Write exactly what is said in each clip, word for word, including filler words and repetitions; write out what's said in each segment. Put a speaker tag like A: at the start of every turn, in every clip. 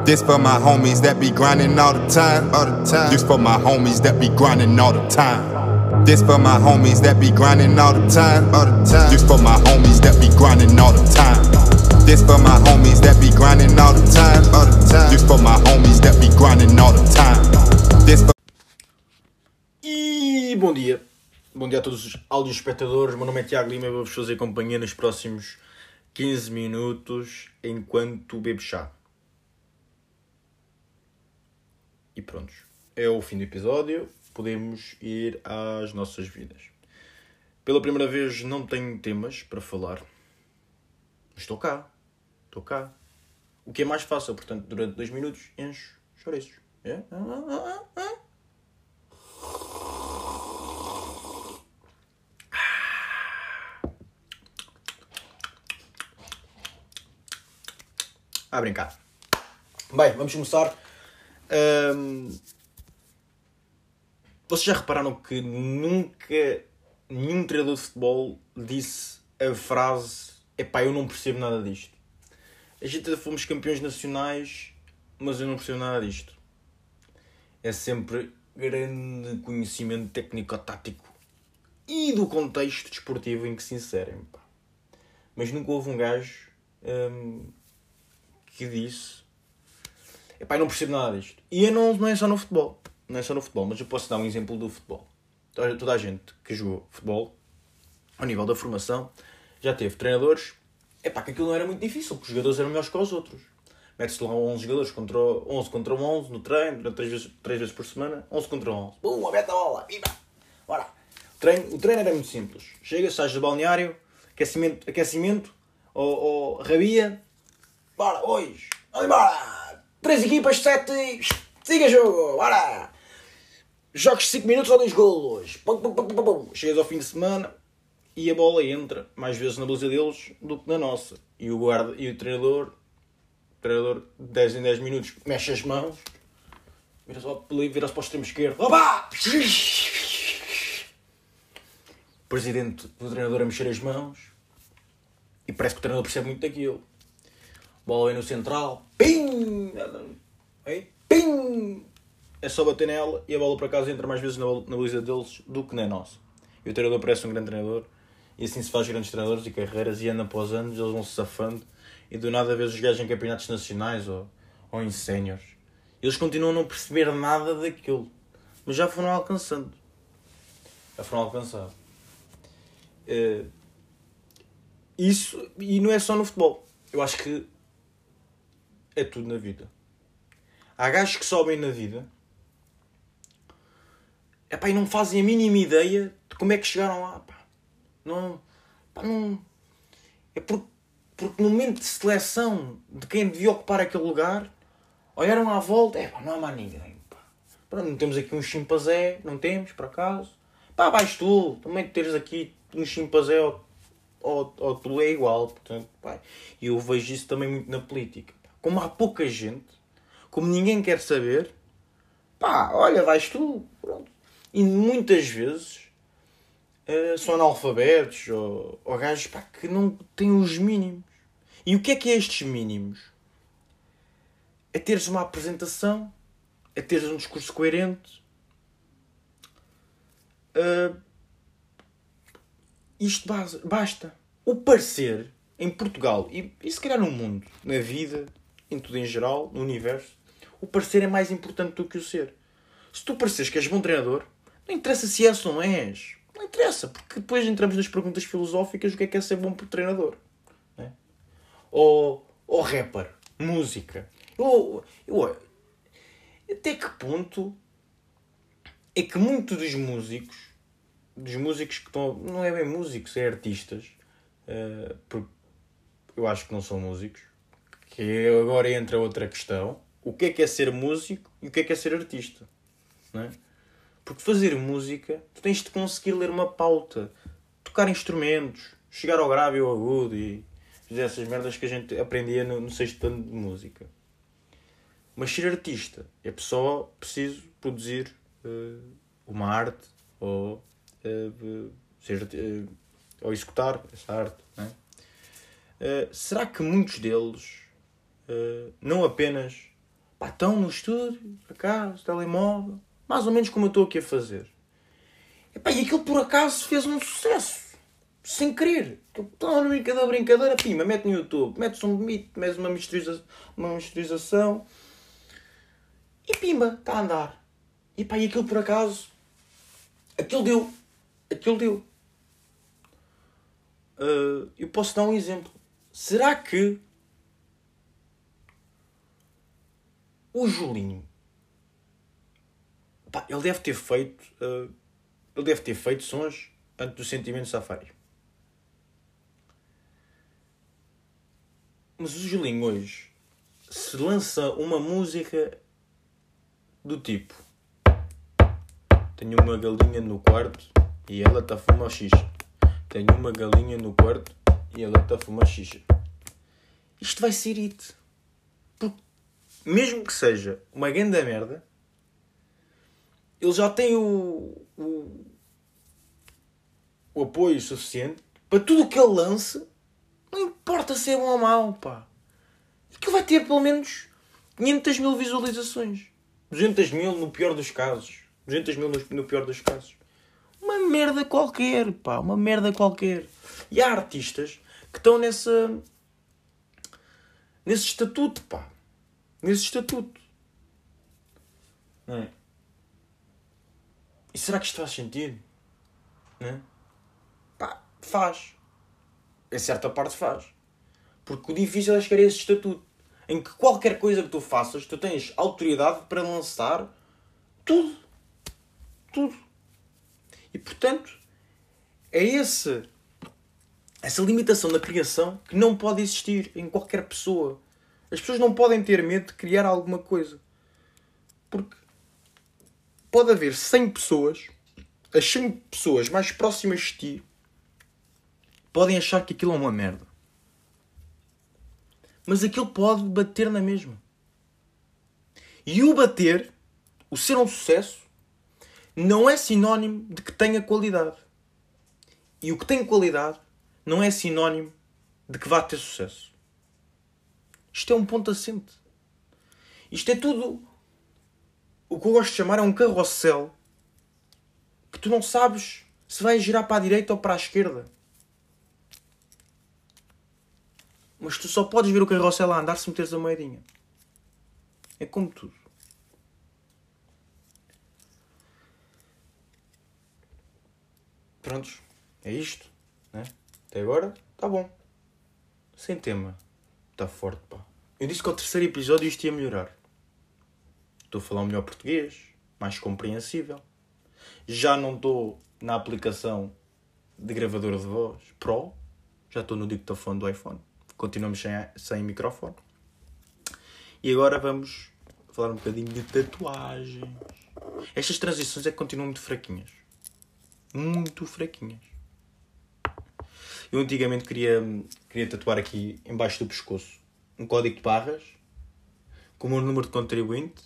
A: This for my homies that be grinding all the time, all the time. This for my homies that be grinding all the time. This for my homies that be grinding all the time, all the time. This for my homies that be grinding all the time. This for my homies that be grinding all the time, all the time. This for my homies that be grinding all the time. This for...
B: E bom dia. Bom dia a todos os audioespectadores. Meu nome é Tiago Lima e vou-vos fazer companhia nos próximos quinze minutos enquanto bebo chá. E prontos. É o fim do episódio. Podemos ir às nossas vidas. Pela primeira vez não tenho temas para falar. Mas estou cá. Estou cá. O que é mais fácil, portanto, durante dois minutos encho chouriços. É? Ah, ah, ah, ah. A brincar. Bem, vamos começar. Um... Vocês já repararam que nunca nenhum treinador de futebol disse a frase: epá, eu não percebo nada disto. A gente fomos campeões nacionais, mas eu não percebo nada disto. É sempre grande conhecimento técnico-tático e do contexto desportivo em que se inserem. Pá. Mas nunca houve um gajo um, que disse: epá, eu não percebo nada disto. E não, não é só no futebol. Não é só no futebol, mas eu posso dar um exemplo do futebol. Toda a gente que jogou futebol, ao nível da formação, já teve treinadores. Epá, que aquilo não era muito difícil, porque os jogadores eram melhores que os outros. Mete-se lá onze jogadores contra onze contra onze no treino, durante três vezes, três vezes por semana, onze contra onze. Bum, mete a bola, viva! Bora! O treino, o treino era muito simples. Chega, sais do balneário, aquecimento, aquecimento ou, ou rabia. Bora, hoje! Vamos embora! Três equipas, sete... Siga jogo! Bora! Jogos de cinco minutos ou dois golos. Pum, pum, pum, pum, pum. Chegas ao fim de semana e a bola entra mais vezes na baliza deles do que na nossa. E o guarda e o treinador, o treinador dez em dez minutos mexe as mãos, vira-se vira para o extremo esquerdo. Opa! O presidente do treinador a mexer as mãos e parece que o treinador percebe muito daquilo. Bola vem no central. Pim! Pim! É só bater nela e a bola por acaso entra mais vezes na, na baliza deles do que na nossa. E o treinador parece um grande treinador e assim se faz grandes treinadores e carreiras e ano após anos eles vão se safando e do nada vês os gajos em campeonatos nacionais ou, ou em séniores. Eles continuam a não perceber nada daquilo, mas já foram alcançando. Já foram alcançando. Uh, isso, e não é só no futebol. Eu acho que é tudo na vida. Há gajos que sobem na vida, epá, e não fazem a mínima ideia de como é que chegaram lá. Pá. Não, pá, não... É porque, porque no momento de seleção de quem devia ocupar aquele lugar, olharam à volta, epá, não há mais ninguém. Pá. Pronto, não temos aqui um chimpanzé, não temos, por acaso. Pá, vais tu, também teres aqui um chimpanzé ou, ou, ou tu é igual. Portanto, pá. E eu vejo isso também muito na política. Pá. Como há pouca gente, como ninguém quer saber, pá, olha, vais tu, pronto. E muitas vezes uh, são analfabetos ou, ou gajos, pá, que não têm os mínimos. E o que é que é estes mínimos? É teres uma apresentação, é teres um discurso coerente. Uh, isto basta. O parecer, em Portugal, e, e se calhar no mundo, na vida, em tudo em geral, no universo, o parecer é mais importante do que o ser. Se tu pareceres que és bom treinador, não interessa se és ou não és. Não interessa, porque depois entramos nas perguntas filosóficas: o que é que é ser bom treinador? Não é? Ou, ou rapper, música. Eu, eu, até que ponto é que muitos dos músicos, dos músicos que estão... Não é bem músicos, é artistas. Uh, porque eu acho que não são músicos. Que agora entra outra questão. O que é que é ser músico e o que é que é ser artista? Não é? Porque fazer música, tu tens de conseguir ler uma pauta, tocar instrumentos, chegar ao grave e ao agudo e fazer essas merdas que a gente aprendia no, no sexto ano de música. Mas ser artista é só preciso produzir uh, uma arte ou, uh, ser, uh, ou executar essa arte. Não é? Uh, será que muitos deles uh, não apenas Pá, estão no estúdio, por acaso, telemóvel, mais ou menos como eu estou aqui a fazer. E, pá, e aquilo por acaso fez um sucesso, sem querer. Estão na brincadeira, brincadeira, pima, mete no YouTube, metes um beat, metes uma misterização, uma misterização e pimba, está a andar. E pá, e aquilo por acaso, aquilo deu, aquilo deu. Uh, eu posso dar um exemplo. Será que o Julinho, pá, ele deve ter feito, uh, ele deve ter feito sons antes do Sentimento Safari. Mas o Julinho hoje, se lança uma música do tipo: tenho uma galinha no quarto e ela está a fumar xixa. Tenho uma galinha no quarto e ela está a fumar xixa. Isto vai ser hit. Porque mesmo que seja uma grande merda, ele já tem o, o, o apoio suficiente para tudo o que ele lance. Não importa se é bom ou mau, pá. Aquilo vai ter pelo menos quinhentas mil visualizações. duzentas mil no pior dos casos. duzentas mil no, no pior dos casos. Uma merda qualquer, pá. Uma merda qualquer. E há artistas que estão nessa... Nesse estatuto, pá. Nesse estatuto. Não é? E será que isto faz sentido? Não é? Pá, faz. Em certa parte faz. Porque o difícil é chegar a esse estatuto. Em que qualquer coisa que tu faças, tu tens autoridade para lançar tudo. Tudo. E portanto, é esse, essa limitação da criação que não pode existir em qualquer pessoa. As pessoas não podem ter medo de criar alguma coisa. Porque pode haver cem pessoas, as cem pessoas mais próximas de ti podem achar que aquilo é uma merda. Mas aquilo pode bater na mesma. E o bater, o ser um sucesso, não é sinónimo de que tenha qualidade. E o que tem qualidade não é sinónimo de que vá ter sucesso. Isto é um ponto assente. Isto é tudo o que eu gosto de chamar é um carrossel que tu não sabes se vai girar para a direita ou para a esquerda. Mas tu só podes ver o carrossel a andar se meteres a moedinha. É como tudo. Prontos. É isto. Né? Até agora, está bom. Sem tema. Está forte, pá. Eu disse que ao terceiro episódio isto ia melhorar. Estou a falar um melhor português. Mais compreensível. Já não estou na aplicação de gravador de voz Pro. Já estou no dictafone do iPhone. Continuamos sem, sem microfone. E agora vamos falar um bocadinho de tatuagens. Estas transições é que continuam muito fraquinhas. Muito fraquinhas. Eu antigamente queria, queria tatuar aqui embaixo do pescoço um código de barras com o meu número de contribuinte,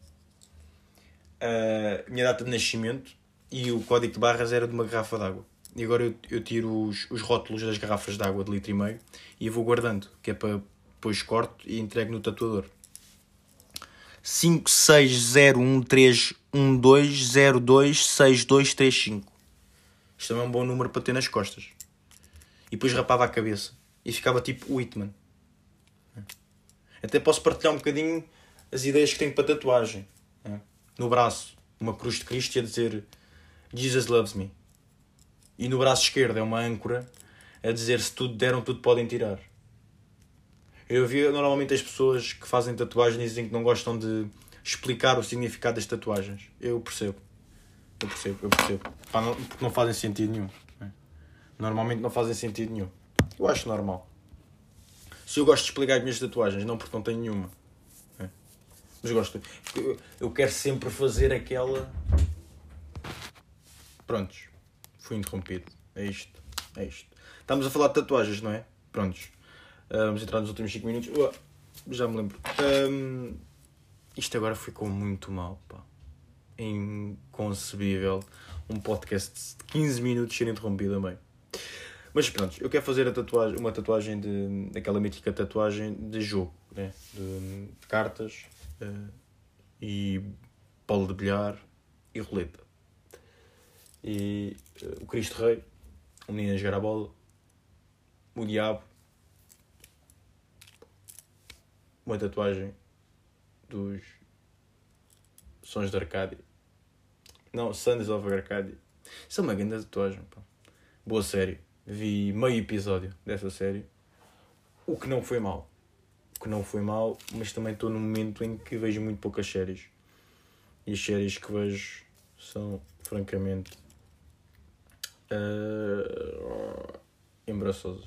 B: a minha data de nascimento, e o código de barras era de uma garrafa de água. E agora eu, eu tiro os, os rótulos das garrafas de água de litro e meio e vou guardando, que é para depois corto e entrego no tatuador. cinco seis zero um três um dois zero dois seis dois três cinco. Isto também é um bom número para ter nas costas. E depois rapava a cabeça e ficava tipo Whitman. Até posso partilhar um bocadinho as ideias que tenho para tatuagem. No braço, uma cruz de Cristo a dizer Jesus loves me. E no braço esquerdo é uma âncora a dizer se tudo deram, tudo podem tirar. Eu vi normalmente as pessoas que fazem tatuagens dizem que não gostam de explicar o significado das tatuagens. Eu percebo. Eu percebo, eu percebo. Pá, não, porque não fazem sentido nenhum. Né? Normalmente não fazem sentido nenhum. Eu acho normal. Se eu gosto de explicar as minhas tatuagens, não porque não tenho nenhuma. Né? Mas gosto. Eu, eu quero sempre fazer aquela... Prontos. Fui interrompido. É isto. É isto. Estamos a falar de tatuagens, não é? Prontos. Uh, vamos entrar nos últimos cinco minutos. Uh, já me lembro. Um, isto agora ficou muito mal, pá. Inconcebível. Um podcast de quinze minutos ser interrompido a meio. Mas pronto, eu quero fazer a tatuagem, uma tatuagem de... Aquela mítica tatuagem de jogo, né? De, de cartas. uh, e bola de bilhar e roleta. E uh, o Cristo Rei, o menino a jogar a bola, o diabo, uma tatuagem dos Sons de Arcádia. Não, Sons of Arcádia. Isso é uma grande tatuagem, pá. Boa série. Vi meio episódio dessa série. O que não foi mal. O que não foi mal, mas também estou num momento em que vejo muito poucas séries. E as séries que vejo são, francamente, uh, embaraçosas.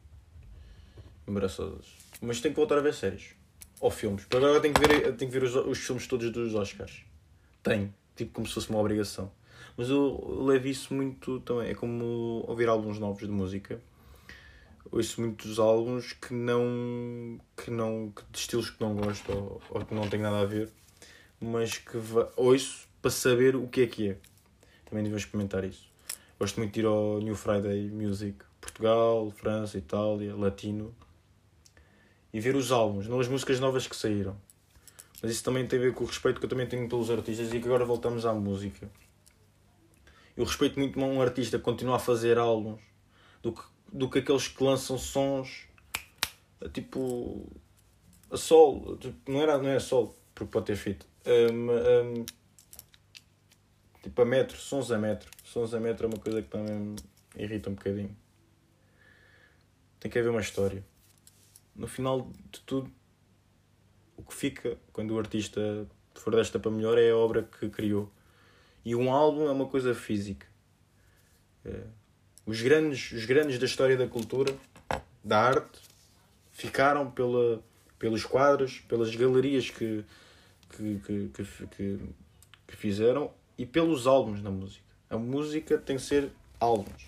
B: Embaraçosas. Mas tenho que voltar a ver séries. Ou filmes. Porque agora tenho que ver, tenho que ver os, os filmes todos dos Oscars. Tenho. Tipo como se fosse uma obrigação. Mas eu levo isso muito também. É como ouvir álbuns novos de música. Ouço muitos álbuns que não... Que não de estilos que não gosto ou, ou que não têm nada a ver. Mas que va- ouço para saber o que é que é. Também devo experimentar isso. Gosto muito de ir ao New Friday Music. Portugal, França, Itália, Latino. E ver os álbuns, não as músicas novas que saíram. Mas isso também tem a ver com o respeito que eu também tenho pelos artistas e que agora voltamos à música. Eu respeito muito um artista que continua a fazer álbuns do que, do que aqueles que lançam sons tipo a sol. Tipo, não, era, não é a sol, porque pode ter feito. Um, um, tipo a metro, sons a metro. Sons a metro é uma coisa que também me irrita um bocadinho. Tem que haver uma história. No final de tudo, o que fica quando o artista for desta para melhor é a obra que criou. E um álbum é uma coisa física. É. Os, grandes, os grandes da história da cultura, da arte, ficaram pela, pelos quadros, pelas galerias que, que, que, que, que, que fizeram e pelos álbuns da música. A música tem que ser álbuns.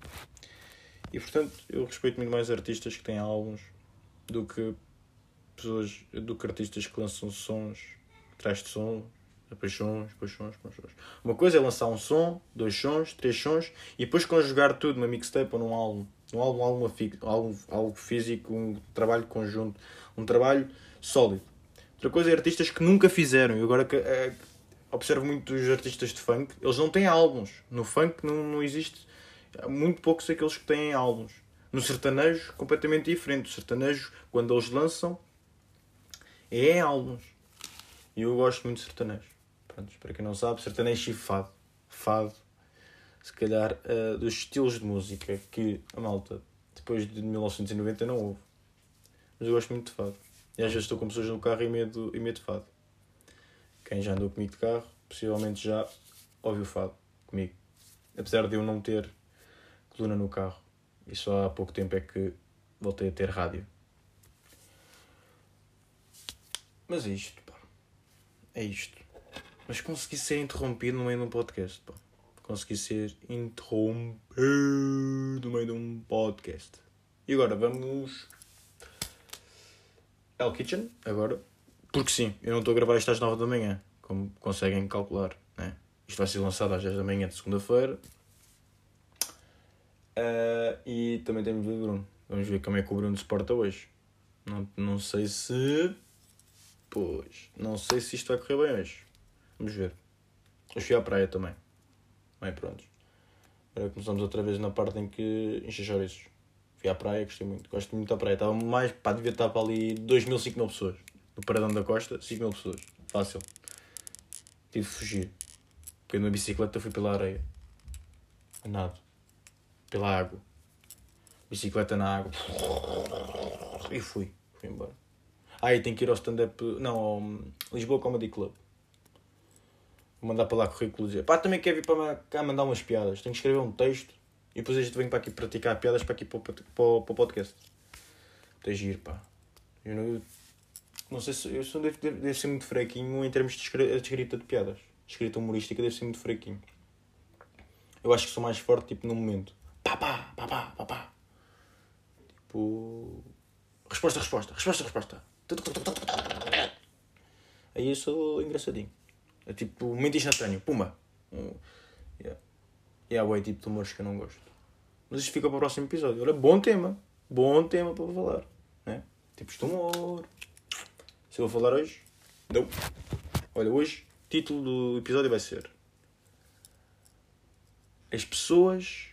B: E portanto eu respeito muito mais artistas que têm álbuns do que pessoas, do que artistas que lançam sons, atrás de sons, depois sons, depois sons, depois sons. Uma coisa é lançar um som, dois sons, três sons e depois conjugar tudo numa mixtape ou num álbum. Num álbum, álbum, álbum, algo físico, um trabalho conjunto, um trabalho sólido. Outra coisa é artistas que nunca fizeram. E agora que é, observo muito os artistas de funk, eles não têm álbuns. No funk não, não existe. Há muito poucos aqueles que têm álbuns. No sertanejo, completamente diferente. O sertanejo, quando eles lançam, é em álbuns. E eu gosto muito de sertanejo. Pronto, para quem não sabe, sertanejo e fado. Fado, se calhar, uh, dos estilos de música que a malta, depois de mil novecentos e noventa, não ouve. Mas eu gosto muito de fado. E às vezes estou com pessoas no carro e medo, e medo de fado. Quem já andou comigo de carro, possivelmente já ouviu fado comigo. Apesar de eu não ter coluna no carro. E só há pouco tempo é que voltei a ter rádio. Mas é isto, pá. É isto. Mas consegui ser interrompido no meio de um podcast, pá. Consegui ser interrompido no meio de um podcast. E agora vamos... Hell Kitchen, agora. Porque sim, eu não estou a gravar isto às nove da manhã, como conseguem calcular, né? Isto vai ser lançado às dez da manhã de segunda-feira. Uh, e também temos o Bruno. Vamos ver como é que o Bruno se porta hoje. Não, não sei se... Pois, não sei se isto vai correr bem hoje. Vamos ver. Hoje fui à praia também. Bem, pronto. Agora começamos outra vez na parte em que enche chouriços. Fui à praia, gostei muito. Gosto muito da praia. Estava mais... Pá, devia estar para ali dois mil, cinco mil pessoas. No Paradão da Costa, cinco mil pessoas. Fácil. Tive de fugir. Porque na bicicleta fui pela areia. Nada. Pela água. Bicicleta na água. E fui. Fui embora. Ah, e tenho que ir ao stand-up... Não, ao Lisboa Comedy Club. Vou mandar para lá currículo e dizer... Pá, também quero vir para cá mandar umas piadas. Tenho que escrever um texto. E depois a gente vem para aqui praticar piadas para aqui para o, para o, para o podcast. Tem giro, pá. Eu não, não sei se... Eu sou, devo, devo ser muito fraquinho em termos de escrita de piadas. Escrita humorística deve ser muito fraquinho. Eu acho que sou mais forte, tipo, no momento. Pá, pá, pá, pá, pá, pá. Tipo... Resposta, resposta. Resposta, resposta. Aí eu sou engraçadinho. É tipo, momento instantâneo. Pumba. Uh, yeah. E há o tipo de humores que eu não gosto. Mas isto fica para o próximo episódio. Olha, bom tema. Bom tema para falar. Né? Tipos de humor. Se eu vou falar hoje, Não. Olha, hoje o título do episódio vai ser As pessoas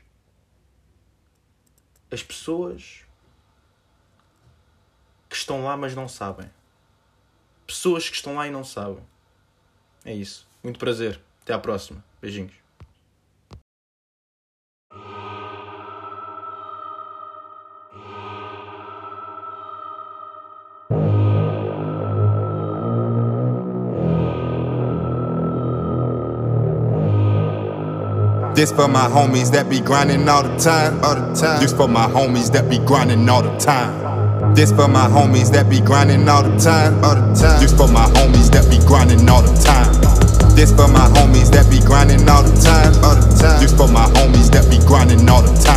B: As pessoas que estão lá mas não sabem. Pessoas que estão lá e não sabem. É isso. Muito prazer. Até à próxima. Beijinhos.
A: This for my homies that be grinding all the time, all the time. This for my homies that be grinding all the time. This for my homies that be grinding all the time, all the time. This for my homies that be grinding all the time. This for my homies that be grinding all the time, all the time. This for my homies that be grinding all the time.